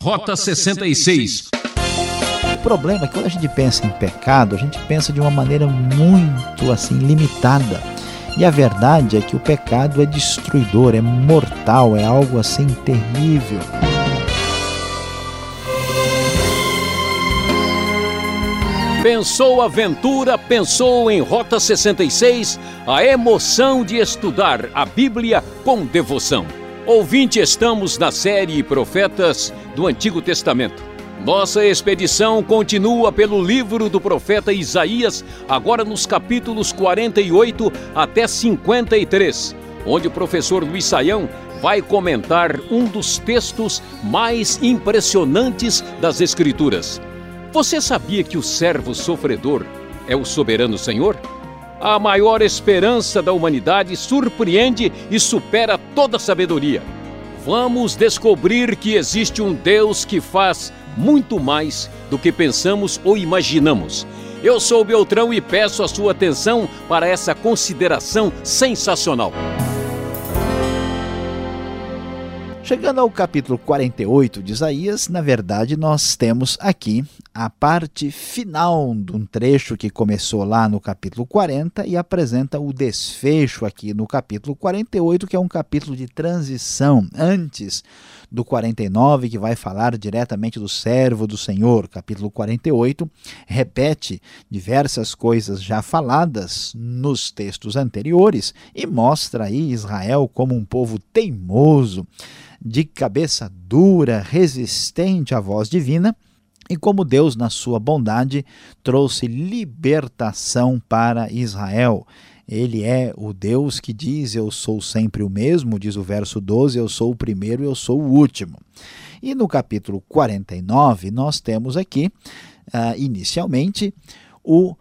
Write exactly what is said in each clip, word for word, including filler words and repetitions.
Rota sessenta e seis. O problema é que quando a gente pensa em pecado, a gente pensa de uma maneira muito assim limitada. E a verdade é que o pecado é destruidor, é mortal, é algo assim terrível. Pensou aventura, pensou em Rota sessenta e seis, a emoção de estudar a Bíblia com devoção. Ouvinte, estamos na série Profetas do Antigo Testamento. Nossa expedição continua pelo livro do profeta Isaías, agora nos capítulos quarenta e oito até cinquenta e três, onde o professor Luiz Saião vai comentar um dos textos mais impressionantes das Escrituras. Você sabia que o servo sofredor é o soberano Senhor? A maior esperança da humanidade surpreende e supera toda sabedoria. Vamos descobrir que existe um Deus que faz muito mais do que pensamos ou imaginamos. Eu sou o Beltrão e peço a sua atenção para essa consideração sensacional. Chegando ao capítulo quarenta e oito de Isaías, na verdade nós temos aqui a parte final de um trecho que começou lá no capítulo quarenta e apresenta o desfecho aqui no capítulo quarenta e oito, que é um capítulo de transição antes do quarenta e nove, que vai falar diretamente do servo do Senhor. Capítulo quarenta e oito repete diversas coisas já faladas nos textos anteriores e mostra aí Israel como um povo teimoso, de cabeça dura, resistente à voz divina, e como Deus, na sua bondade, trouxe libertação para Israel. Ele é o Deus que diz: eu sou sempre o mesmo, diz o verso doze, eu sou o primeiro, eu sou o último. E no capítulo quarenta e nove, nós temos aqui, uh, inicialmente, o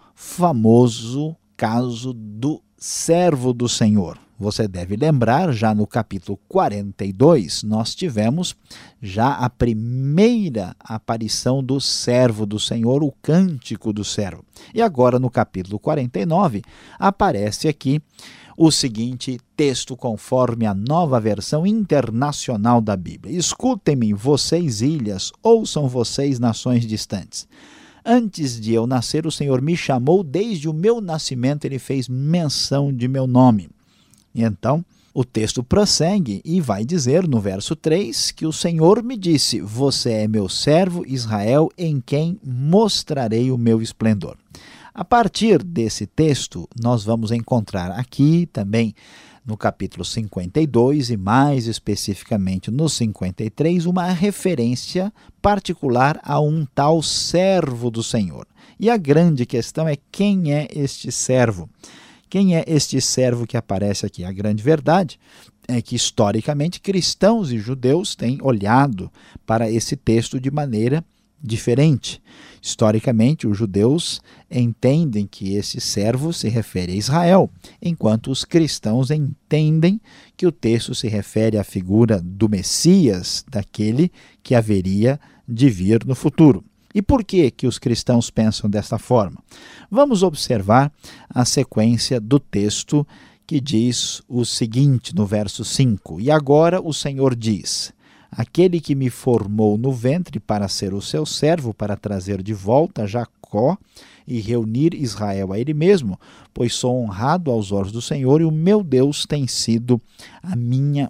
famoso caso do servo do Senhor. Você deve lembrar, já no capítulo quarenta e dois, nós tivemos já a primeira aparição do servo do Senhor, o cântico do servo. E agora, no capítulo quarenta e nove, aparece aqui o seguinte texto conforme a Nova Versão Internacional da Bíblia. Escutem-me, vocês ilhas, ouçam vocês nações distantes. Antes de eu nascer, o Senhor me chamou, desde o meu nascimento ele fez menção de meu nome. E então, o texto prossegue e vai dizer no verso três que o Senhor me disse: você é meu servo Israel, em quem mostrarei o meu esplendor. A partir desse texto, nós vamos encontrar aqui também no capítulo cinquenta e dois e mais especificamente no cinquenta e três, uma referência particular a um tal servo do Senhor. E a grande questão é: quem é este servo? Quem é este servo que aparece aqui? A grande verdade é que, historicamente, cristãos e judeus têm olhado para esse texto de maneira diferente. Historicamente, os judeus entendem que esse servo se refere a Israel, enquanto os cristãos entendem que o texto se refere à figura do Messias, daquele que haveria de vir no futuro. E por que que os cristãos pensam dessa forma? Vamos observar a sequência do texto que diz o seguinte no verso cinco. E agora o Senhor diz: aquele que me formou no ventre para ser o seu servo, para trazer de volta Jacó e reunir Israel a ele mesmo, pois sou honrado aos olhos do Senhor e o meu Deus tem sido a minha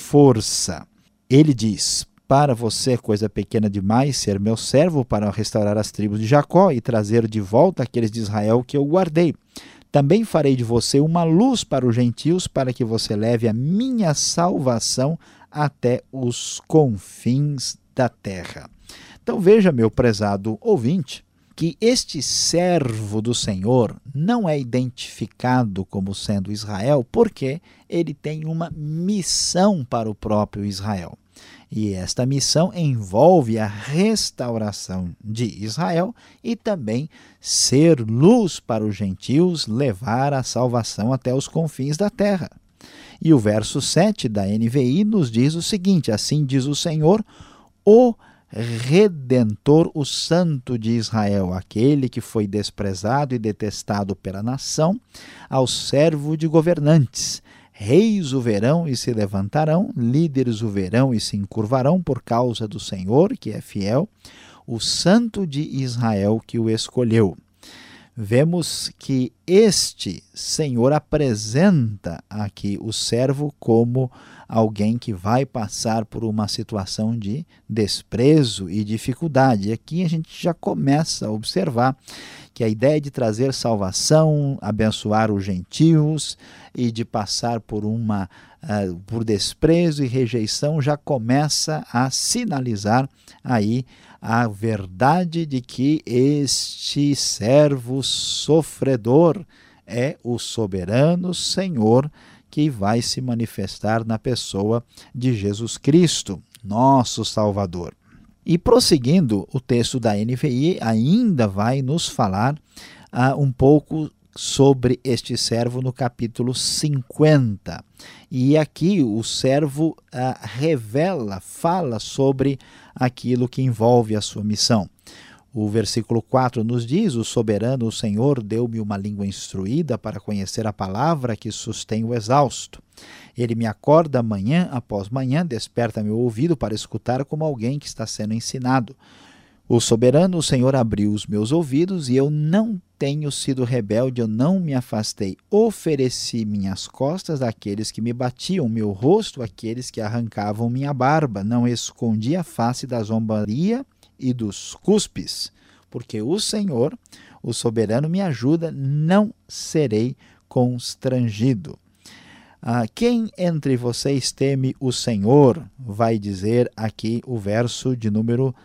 força. Ele diz: para você, coisa pequena demais, ser meu servo para restaurar as tribos de Jacó e trazer de volta aqueles de Israel que eu guardei. Também farei de você uma luz para os gentios, para que você leve a minha salvação até os confins da terra. Então veja, meu prezado ouvinte, que este servo do Senhor não é identificado como sendo Israel, porque ele tem uma missão para o próprio Israel. E esta missão envolve a restauração de Israel e também ser luz para os gentios, levar a salvação até os confins da terra. E o verso sete da N V I nos diz o seguinte: assim diz o Senhor, o Redentor, o Santo de Israel, aquele que foi desprezado e detestado pela nação, ao servo de governantes. Reis o verão e se levantarão, líderes o verão e se encurvarão por causa do Senhor, que é fiel, o Santo de Israel que o escolheu. Vemos que este Senhor apresenta aqui o servo como alguém que vai passar por uma situação de desprezo e dificuldade. E aqui a gente já começa a observar que a ideia de trazer salvação, abençoar os gentios e de passar por uma uh, por desprezo e rejeição já começa a sinalizar aí a verdade de que este servo sofredor é o soberano Senhor que vai se manifestar na pessoa de Jesus Cristo, nosso Salvador. E prosseguindo, o texto da N V I ainda vai nos falar uh, um pouco sobre este servo no capítulo cinquenta. E aqui o servo uh, revela, fala sobre aquilo que envolve a sua missão. O versículo quatro nos diz: o soberano, o Senhor, deu-me uma língua instruída para conhecer a palavra que sustém o exausto. Ele me acorda manhã após manhã, desperta meu ouvido para escutar como alguém que está sendo ensinado. O soberano, o Senhor, abriu os meus ouvidos e eu não tenho sido rebelde, eu não me afastei. Ofereci minhas costas àqueles que me batiam, meu rosto àqueles que arrancavam minha barba. Não escondi a face da zombaria e dos cuspes, porque o Senhor, o soberano, me ajuda, não serei constrangido. Ah, quem entre vocês teme o Senhor, vai dizer aqui o verso de número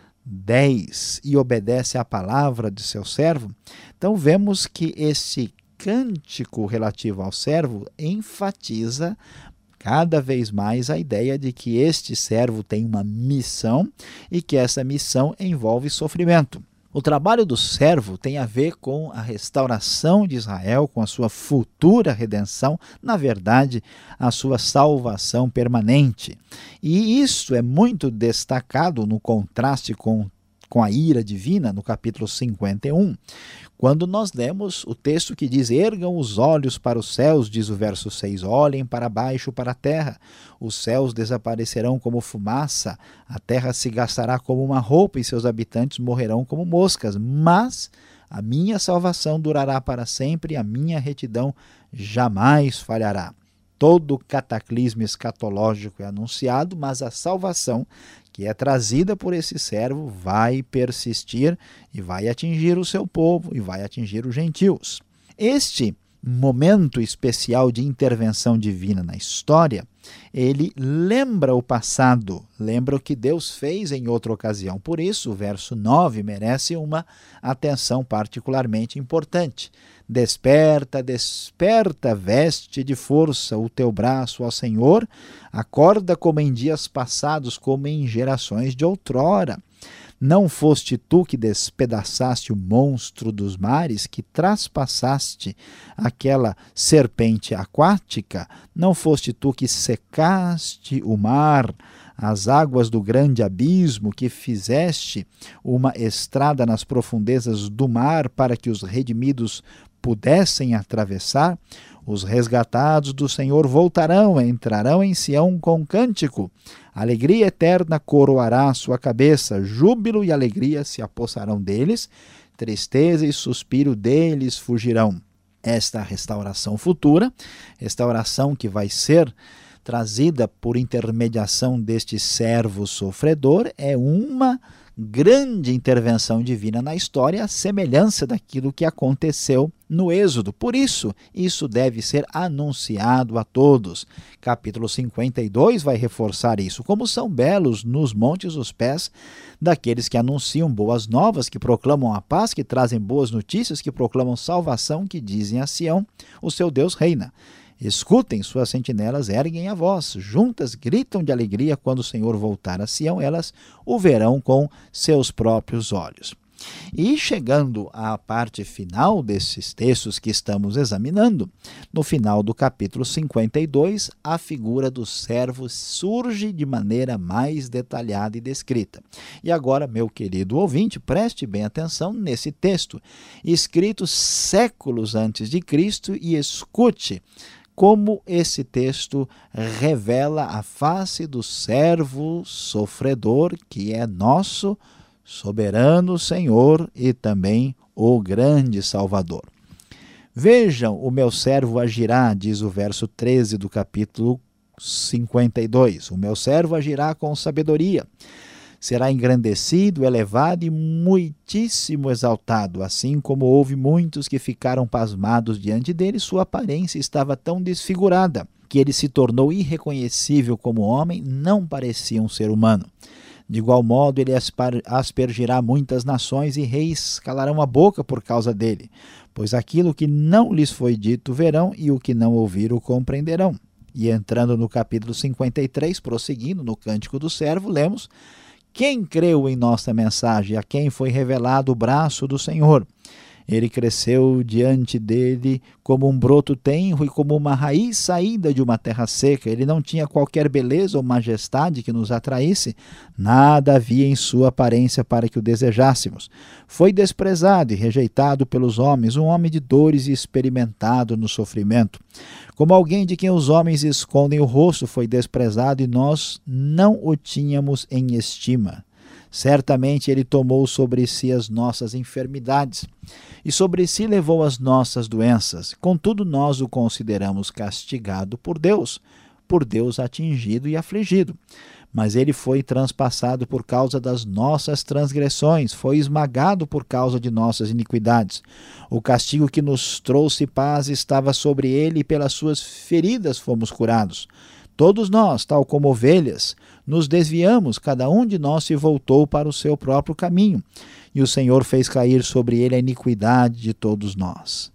dez, e obedece à palavra de seu servo. Então vemos que esse cântico relativo ao servo enfatiza cada vez mais a ideia de que este servo tem uma missão e que essa missão envolve sofrimento. O trabalho do servo tem a ver com a restauração de Israel, com a sua futura redenção, na verdade, a sua salvação permanente. E isso é muito destacado no contraste com, com a ira divina, no capítulo cinquenta e um, quando nós lemos o texto que diz: ergam os olhos para os céus, diz o verso seis, olhem para baixo, para a terra. Os céus desaparecerão como fumaça, a terra se gastará como uma roupa e seus habitantes morrerão como moscas. Mas a minha salvação durará para sempre e a minha retidão jamais falhará. Todo cataclismo escatológico é anunciado, mas a salvação que é trazida por esse servo vai persistir e vai atingir o seu povo e vai atingir os gentios. Este momento especial de intervenção divina na história, ele lembra o passado, lembra o que Deus fez em outra ocasião. Por isso, o verso nove merece uma atenção particularmente importante. Desperta, desperta, veste de força o teu braço ao Senhor, acorda como em dias passados, como em gerações de outrora. Não foste tu que despedaçaste o monstro dos mares, que traspassaste aquela serpente aquática? Não foste tu que secaste o mar, as águas do grande abismo, que fizeste uma estrada nas profundezas do mar para que os redimidos pudessem atravessar? Os resgatados do Senhor voltarão, entrarão em Sião com cântico. Alegria eterna coroará a sua cabeça, júbilo e alegria se apossarão deles, tristeza e suspiro deles fugirão. Esta restauração futura, restauração que vai ser trazida por intermediação deste servo sofredor, é uma grande intervenção divina na história, à semelhança daquilo que aconteceu no Êxodo. Por isso, isso deve ser anunciado a todos. Capítulo cinquenta e dois vai reforçar isso. Como são belos nos montes os pés daqueles que anunciam boas novas, que proclamam a paz, que trazem boas notícias, que proclamam salvação, que dizem a Sião: o seu Deus reina. Escutem, suas sentinelas erguem a voz, juntas gritam de alegria quando o Senhor voltar a Sião, elas o verão com seus próprios olhos. E chegando à parte final desses textos que estamos examinando, no final do capítulo cinquenta e dois, a figura do servo surge de maneira mais detalhada e descrita. E agora, meu querido ouvinte, preste bem atenção nesse texto, escrito séculos antes de Cristo, e escute como esse texto revela a face do servo sofredor, que é nosso soberano Senhor e também o grande Salvador. Vejam, o meu servo agirá, diz o verso treze do capítulo cinquenta e dois. O meu servo agirá com sabedoria. Será engrandecido, elevado e muitíssimo exaltado. Assim como houve muitos que ficaram pasmados diante dele, sua aparência estava tão desfigurada que ele se tornou irreconhecível como homem, não parecia um ser humano. De igual modo, ele aspergirá muitas nações e reis calarão a boca por causa dele, pois aquilo que não lhes foi dito verão e o que não ouviram compreenderão. E entrando no capítulo cinquenta e três, prosseguindo no Cântico do Servo, lemos: quem creu em nossa mensagem, a quem foi revelado o braço do Senhor? Ele cresceu diante dele como um broto tenro e como uma raiz saída de uma terra seca. Ele não tinha qualquer beleza ou majestade que nos atraísse. Nada havia em sua aparência para que o desejássemos. Foi desprezado e rejeitado pelos homens, um homem de dores e experimentado no sofrimento. Como alguém de quem os homens escondem o rosto, foi desprezado e nós não o tínhamos em estima. Certamente ele tomou sobre si as nossas enfermidades e sobre si levou as nossas doenças. Contudo, nós o consideramos castigado por Deus, por Deus atingido e afligido. Mas ele foi transpassado por causa das nossas transgressões, foi esmagado por causa de nossas iniquidades. O castigo que nos trouxe paz estava sobre ele e pelas suas feridas fomos curados. Todos nós, tal como ovelhas, nos desviamos, cada um de nós se voltou para o seu próprio caminho, e o Senhor fez cair sobre ele a iniquidade de todos nós.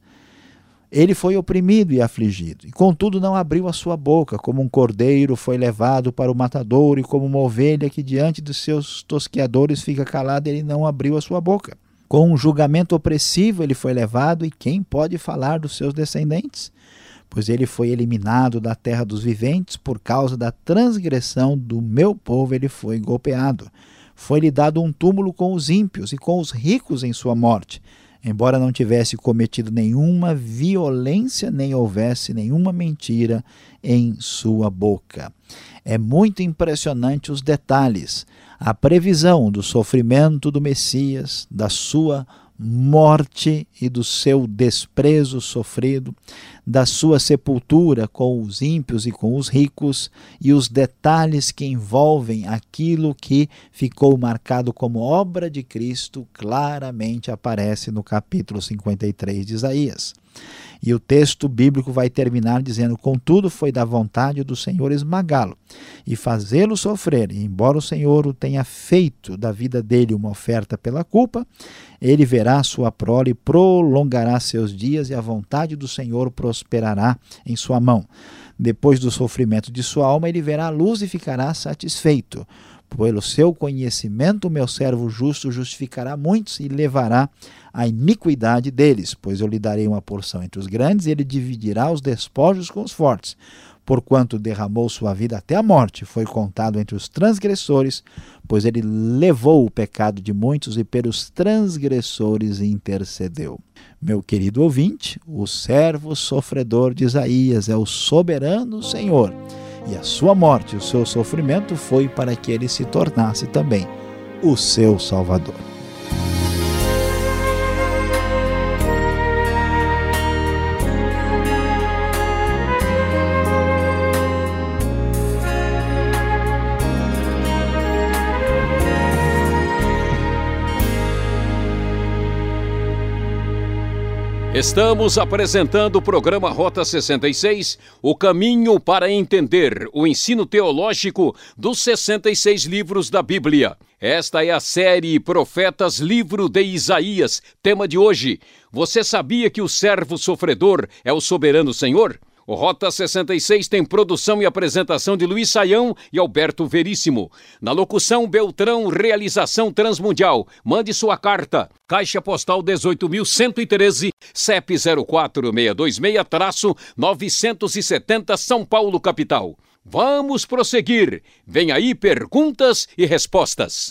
Ele foi oprimido e afligido, e contudo não abriu a sua boca, como um cordeiro foi levado para o matadouro, e como uma ovelha que diante dos seus tosqueadores fica calada, ele não abriu a sua boca. Com um julgamento opressivo ele foi levado, e quem pode falar dos seus descendentes? Pois ele foi eliminado da terra dos viventes, por causa da transgressão do meu povo ele foi golpeado. Foi-lhe dado um túmulo com os ímpios e com os ricos em sua morte, embora não tivesse cometido nenhuma violência, nem houvesse nenhuma mentira em sua boca. É muito impressionante os detalhes, a previsão do sofrimento do Messias, da sua morte e do seu desprezo sofrido, da sua sepultura com os ímpios e com os ricos, e os detalhes que envolvem aquilo que ficou marcado como obra de Cristo claramente aparece no capítulo cinquenta e três de Isaías. E o texto bíblico vai terminar dizendo: contudo foi da vontade do Senhor esmagá-lo e fazê-lo sofrer, e embora o Senhor o tenha feito da vida dele uma oferta pela culpa, ele verá sua prole e prolongará seus dias, e a vontade do Senhor prosperará em sua mão. Depois do sofrimento de sua alma, ele verá a luz e ficará satisfeito. Pelo seu conhecimento, meu servo justo justificará muitos e levará a iniquidade deles, pois eu lhe darei uma porção entre os grandes, e ele dividirá os despojos com os fortes. Porquanto derramou sua vida até a morte, foi contado entre os transgressores, pois ele levou o pecado de muitos e pelos transgressores intercedeu. Meu querido ouvinte, o servo sofredor de Isaías é o soberano Senhor, e a sua morte, o seu sofrimento foi para que ele se tornasse também o seu Salvador. Estamos apresentando o programa Rota sessenta e seis, o caminho para entender o ensino teológico dos sessenta e seis livros da Bíblia. Esta é a série Profetas, livro de Isaías. Tema de hoje: você sabia que o servo sofredor é o soberano Senhor? O Rota sessenta e seis tem produção e apresentação de Luiz Saião e Alberto Veríssimo. Na locução, Beltrão, realização Transmundial. Mande sua carta. Caixa Postal dezoito mil cento e treze, C E P zero quatro seis dois seis, novecentos e setenta, São Paulo, capital. Vamos prosseguir. Vem aí perguntas e respostas.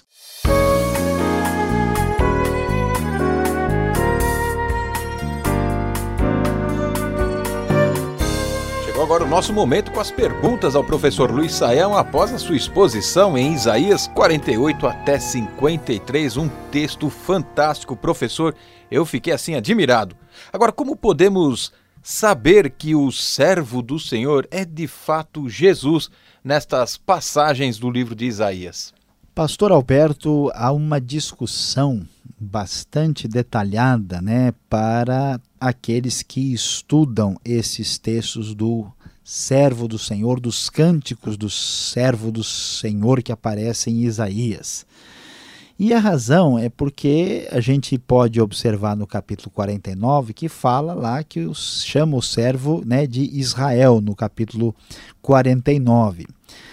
Chegou agora o nosso momento com as perguntas ao professor Luiz Saião após a sua exposição em Isaías quarenta e oito até cinquenta e três, um texto fantástico, professor, eu fiquei assim admirado. Agora, como podemos saber que o servo do Senhor é de fato Jesus nestas passagens do livro de Isaías? Pastor Alberto, há uma discussão bastante detalhada, né, para aqueles que estudam esses textos do servo do Senhor, dos cânticos do servo do Senhor que aparecem em Isaías. E a razão é porque a gente pode observar no capítulo quarenta e nove que fala lá que os, chama o servo, né, de Israel, no capítulo quarenta e nove.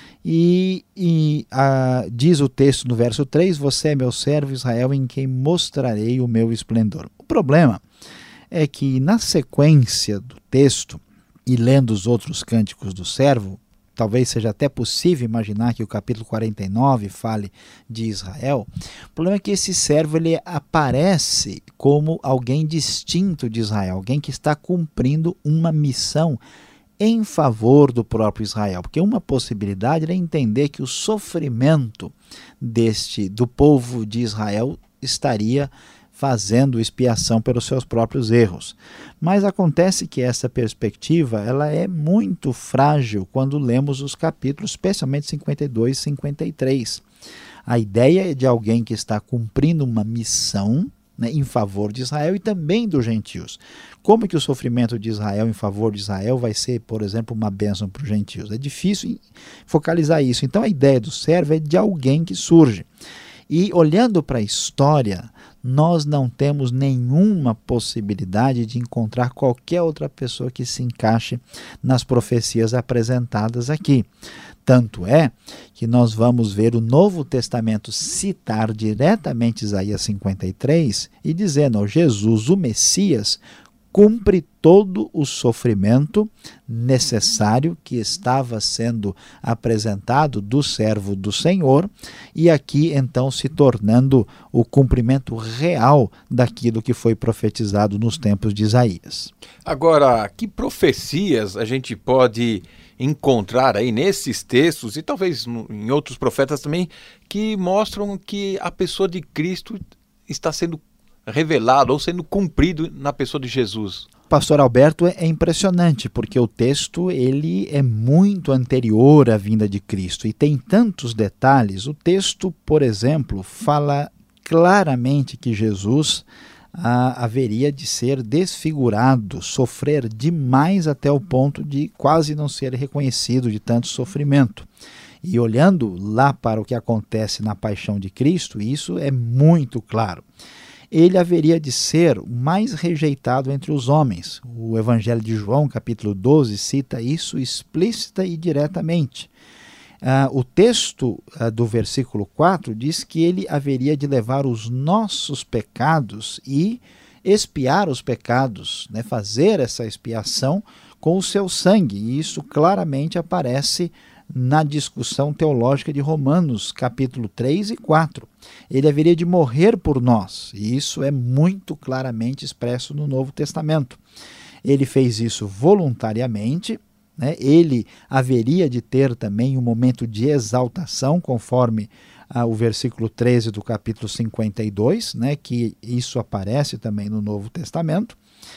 E, e a, diz o texto no verso três, você é meu servo Israel em quem mostrarei o meu esplendor. O problema é que na sequência do texto, e lendo os outros cânticos do servo, talvez seja até possível imaginar que o capítulo quarenta e nove fale de Israel. O problema é que esse servo ele aparece como alguém distinto de Israel, alguém que está cumprindo uma missão em favor do próprio Israel, porque uma possibilidade é entender que o sofrimento deste do povo de Israel estaria fazendo expiação pelos seus próprios erros. Mas acontece que essa perspectiva ela é muito frágil quando lemos os capítulos, especialmente cinquenta e dois e cinquenta e três. A ideia é de alguém que está cumprindo uma missão, né, em favor de Israel e também dos gentios. Como que o sofrimento de Israel em favor de Israel vai ser, por exemplo, uma bênção para os gentios? É difícil focalizar isso. Então a ideia do servo é de alguém que surge. E olhando para a história, nós não temos nenhuma possibilidade de encontrar qualquer outra pessoa que se encaixe nas profecias apresentadas aqui. Tanto é que nós vamos ver o Novo Testamento citar diretamente Isaías cinquenta e três e dizendo, ó, Jesus, o Messias, cumpre todo o sofrimento necessário que estava sendo apresentado do servo do Senhor e aqui então se tornando o cumprimento real daquilo que foi profetizado nos tempos de Isaías. Agora, que profecias a gente pode encontrar aí nesses textos e talvez em outros profetas também que mostram que a pessoa de Cristo está sendo revelado ou sendo cumprido na pessoa de Jesus? Pastor Alberto, é impressionante porque o texto ele é muito anterior à vinda de Cristo e tem tantos detalhes. O texto, por exemplo, fala claramente que Jesus ah, haveria de ser desfigurado, sofrer demais até o ponto de quase não ser reconhecido de tanto sofrimento. E olhando lá para o que acontece na paixão de Cristo, isso é muito claro. Ele haveria de ser o mais rejeitado entre os homens. O Evangelho de João, capítulo doze, cita isso explícita e diretamente. Ah, o texto ah, do versículo quatro diz que ele haveria de levar os nossos pecados e expiar os pecados, né, fazer essa expiação com o seu sangue. E isso claramente aparece na discussão teológica de Romanos, capítulo três e quatro. Ele haveria de morrer por nós, e isso é muito claramente expresso no Novo Testamento. Ele fez isso voluntariamente, né? Ele haveria de ter também um momento de exaltação, conforme ah, o versículo treze do capítulo cinquenta e dois, né? Que isso aparece também no Novo Testamento.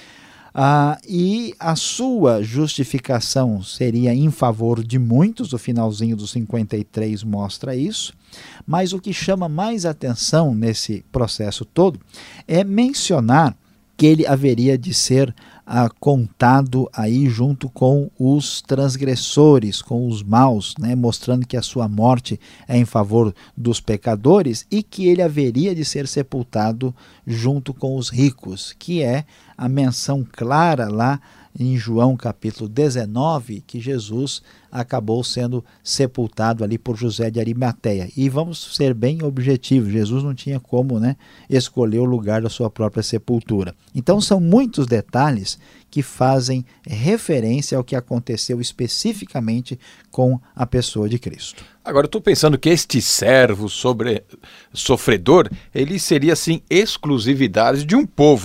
Ah, e a sua justificação seria em favor de muitos, o finalzinho do cinquenta e três mostra isso, mas o que chama mais atenção nesse processo todo é mencionar que ele haveria de ser ah, contado aí junto com os transgressores, com os maus, né, mostrando que a sua morte é em favor dos pecadores e que ele haveria de ser sepultado junto com os ricos, que é a menção clara lá em João capítulo dezenove, que Jesus acabou sendo sepultado ali por José de Arimateia. E vamos ser bem objetivos, Jesus não tinha como, né, escolher o lugar da sua própria sepultura. Então são muitos detalhes que fazem referência ao que aconteceu especificamente com a pessoa de Cristo. Agora eu estou pensando que este servo sobre, sofredor, ele seria assim exclusividade de um povo.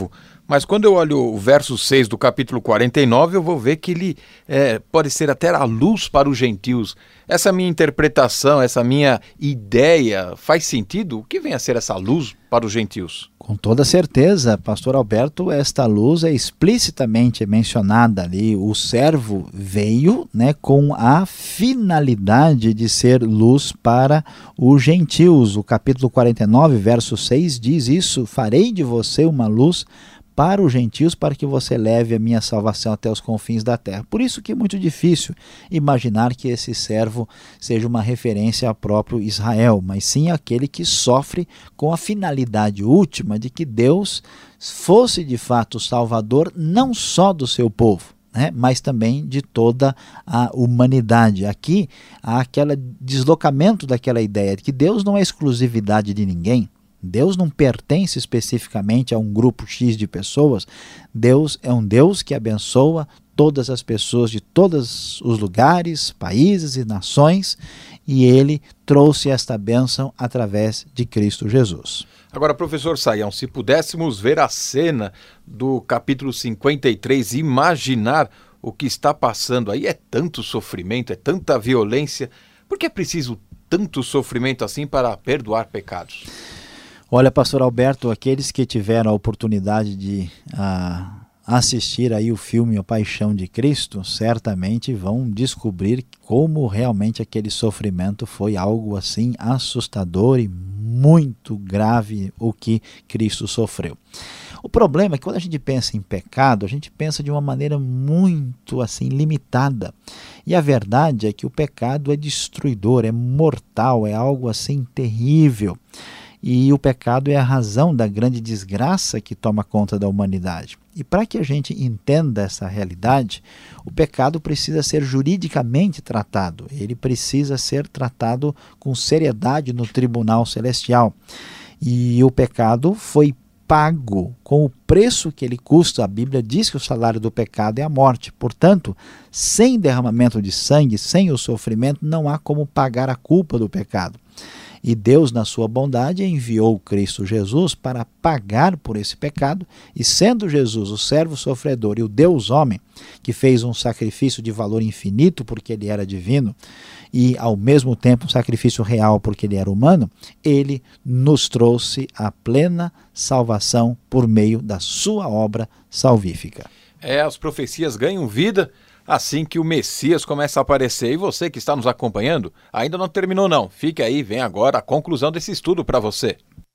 Mas quando eu olho o verso seis do capítulo quarenta e nove, eu vou ver que ele é, pode ser até a luz para os gentios. Essa minha interpretação, essa minha ideia, faz sentido? O que vem a ser essa luz para os gentios? Com toda certeza, pastor Alberto, esta luz é explicitamente mencionada ali. O servo veio, né, com a finalidade de ser luz para os gentios. O capítulo quarenta e nove, verso seis diz isso: farei de você uma luz para os gentios, para que você leve a minha salvação até os confins da terra. Por isso que é muito difícil imaginar que esse servo seja uma referência ao próprio Israel, mas sim aquele que sofre com a finalidade última de que Deus fosse de fato o salvador não só do seu povo, né, mas também de toda a humanidade. Aqui há aquele deslocamento daquela ideia de que Deus não é exclusividade de ninguém. Deus não pertence especificamente a um grupo X de pessoas. Deus é um Deus que abençoa todas as pessoas de todos os lugares, países e nações, e ele trouxe esta bênção através de Cristo Jesus. Agora, professor Saião, se pudéssemos ver a cena do capítulo cinquenta e três, imaginar o que está passando aí, é tanto sofrimento, é tanta violência, por que é preciso tanto sofrimento assim para perdoar pecados? Olha, pastor Alberto, aqueles que tiveram a oportunidade de ah, assistir aí o filme A Paixão de Cristo, certamente vão descobrir como realmente aquele sofrimento foi algo assim assustador e muito grave o que Cristo sofreu. O problema é que quando a gente pensa em pecado, a gente pensa de uma maneira muito assim limitada. E a verdade é que o pecado é destruidor, é mortal, é algo assim terrível. E o pecado é a razão da grande desgraça que toma conta da humanidade. E para que a gente entenda essa realidade, o pecado precisa ser juridicamente tratado. Ele precisa ser tratado com seriedade no tribunal celestial. E o pecado foi pago com o preço que ele custa. A Bíblia diz que o salário do pecado é a morte. Portanto, sem derramamento de sangue, sem o sofrimento, não há como pagar a culpa do pecado. E Deus, na sua bondade, enviou Cristo Jesus para pagar por esse pecado, e sendo Jesus o servo sofredor e o Deus homem, que fez um sacrifício de valor infinito porque ele era divino, e ao mesmo tempo um sacrifício real porque ele era humano, ele nos trouxe a plena salvação por meio da sua obra salvífica. É, as profecias ganham vida assim que o Messias começa a aparecer. E você que está nos acompanhando, ainda não terminou não. Fique aí, vem agora a conclusão desse estudo para você.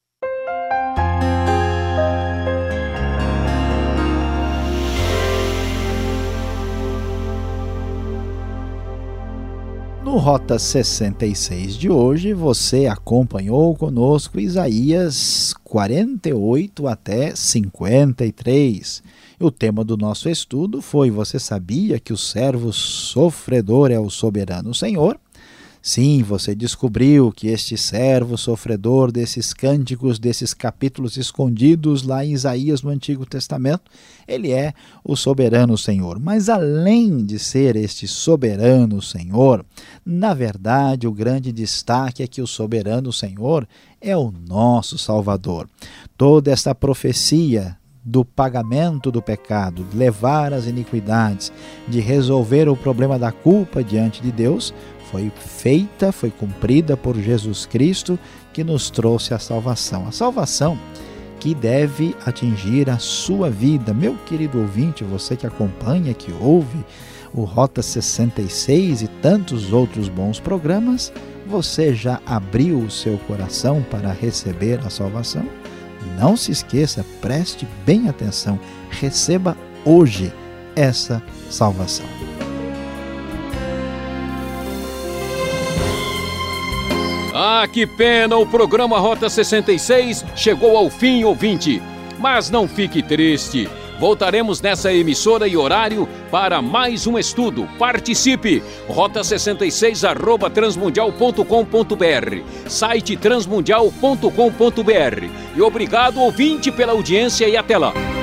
No Rota sessenta e seis de hoje, você acompanhou conosco Isaías quarenta e oito até cinquenta e três. O tema do nosso estudo foi: você sabia que o servo sofredor é o soberano Senhor? Sim, você descobriu que este servo sofredor desses cânticos, desses capítulos escondidos lá em Isaías no Antigo Testamento, ele é o soberano Senhor. Mas além de ser este soberano Senhor, na verdade o grande destaque é que o soberano Senhor é o nosso Salvador. Toda esta profecia do pagamento do pecado, de levar as iniquidades, de resolver o problema da culpa diante de Deus, foi feita, foi cumprida por Jesus Cristo, que nos trouxe a salvação. A salvação que deve atingir a sua vida. Meu querido ouvinte, você que acompanha, que ouve o Rota sessenta e seis e tantos outros bons programas, você já abriu o seu coração para receber a salvação? Não se esqueça, preste bem atenção, receba hoje essa salvação. Ah, que pena, o programa Rota sessenta e seis chegou ao fim, ouvinte. Mas não fique triste. Voltaremos nessa emissora e horário para mais um estudo. Participe! rota sessenta e seis arroba transmundial ponto com ponto br, site transmundial ponto com ponto br. E obrigado, ouvinte, pela audiência e até lá.